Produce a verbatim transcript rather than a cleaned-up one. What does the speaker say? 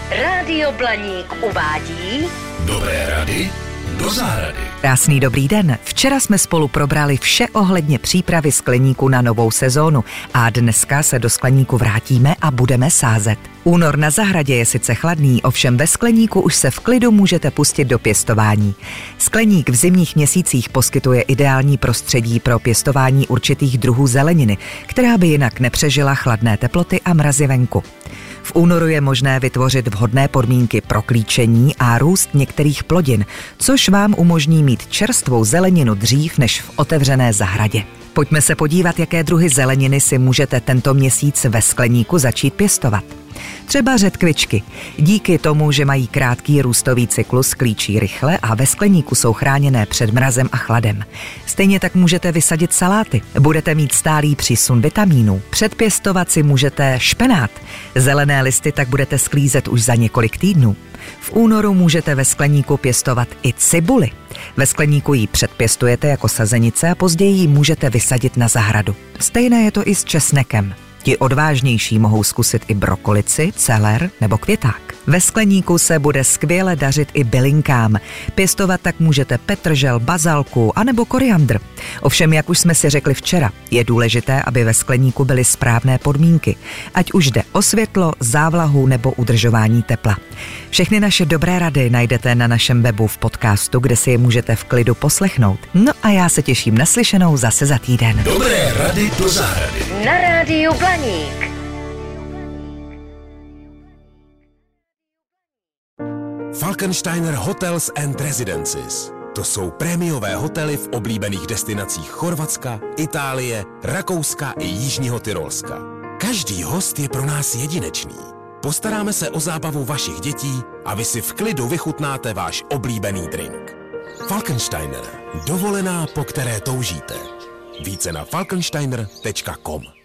Rádio Blaník uvádí Dobré rady do zahrady. Krásný dobrý den. Včera jsme spolu probrali vše ohledně přípravy skleníku na novou sezónu a dneska se do skleníku vrátíme a budeme sázet. Únor na zahradě je sice chladný, ovšem ve skleníku už se v klidu můžete pustit do pěstování. Skleník v zimních měsících poskytuje ideální prostředí pro pěstování určitých druhů zeleniny, která by jinak nepřežila chladné teploty a mrazy venku. V únoru je možné vytvořit vhodné podmínky pro klíčení a růst některých plodin, což vám umožní mít čerstvou zeleninu dřív než v otevřené zahradě. Pojďme se podívat, jaké druhy zeleniny si můžete tento měsíc ve skleníku začít pěstovat. Třeba řetkvičky. Díky tomu, že mají krátký růstový cyklus, klíčí rychle a ve skleníku jsou chráněné před mrazem a chladem. Stejně tak můžete vysadit saláty. Budete mít stálý přísun vitamínů. Předpěstovat si můžete špenát. Zelené listy tak budete sklízet už za několik týdnů. V únoru můžete ve skleníku pěstovat i cibuli. Ve skleníku ji předpěstujete jako sazenice a později ji můžete vysadit na zahradu. Stejné je to i s česnekem. Ti odvážnější mohou zkusit i brokolici, celer nebo květák. Ve skleníku se bude skvěle dařit i bylinkám. Pěstovat tak můžete petržel, bazalku anebo koriandr. Ovšem, jak už jsme si řekli včera, je důležité, aby ve skleníku byly správné podmínky. Ať už jde o světlo, závlahu nebo udržování tepla. Všechny naše dobré rady najdete na našem webu v podcastu, kde si je můžete v klidu poslechnout. No a já se těším na slyšenou zase za týden. Dobré rady do zahrady. na Rádiu Blaník. Falkensteiner Hotels and Residences. To jsou prémiové hotely v oblíbených destinacích Chorvatska, Itálie, Rakouska i Jižního Tyrolska. Každý host je pro nás jedinečný. Postaráme se o zábavu vašich dětí a vy si v klidu vychutnáte váš oblíbený drink. Falkensteiner. Dovolená, po které toužíte. Více na falkensteiner tečka com.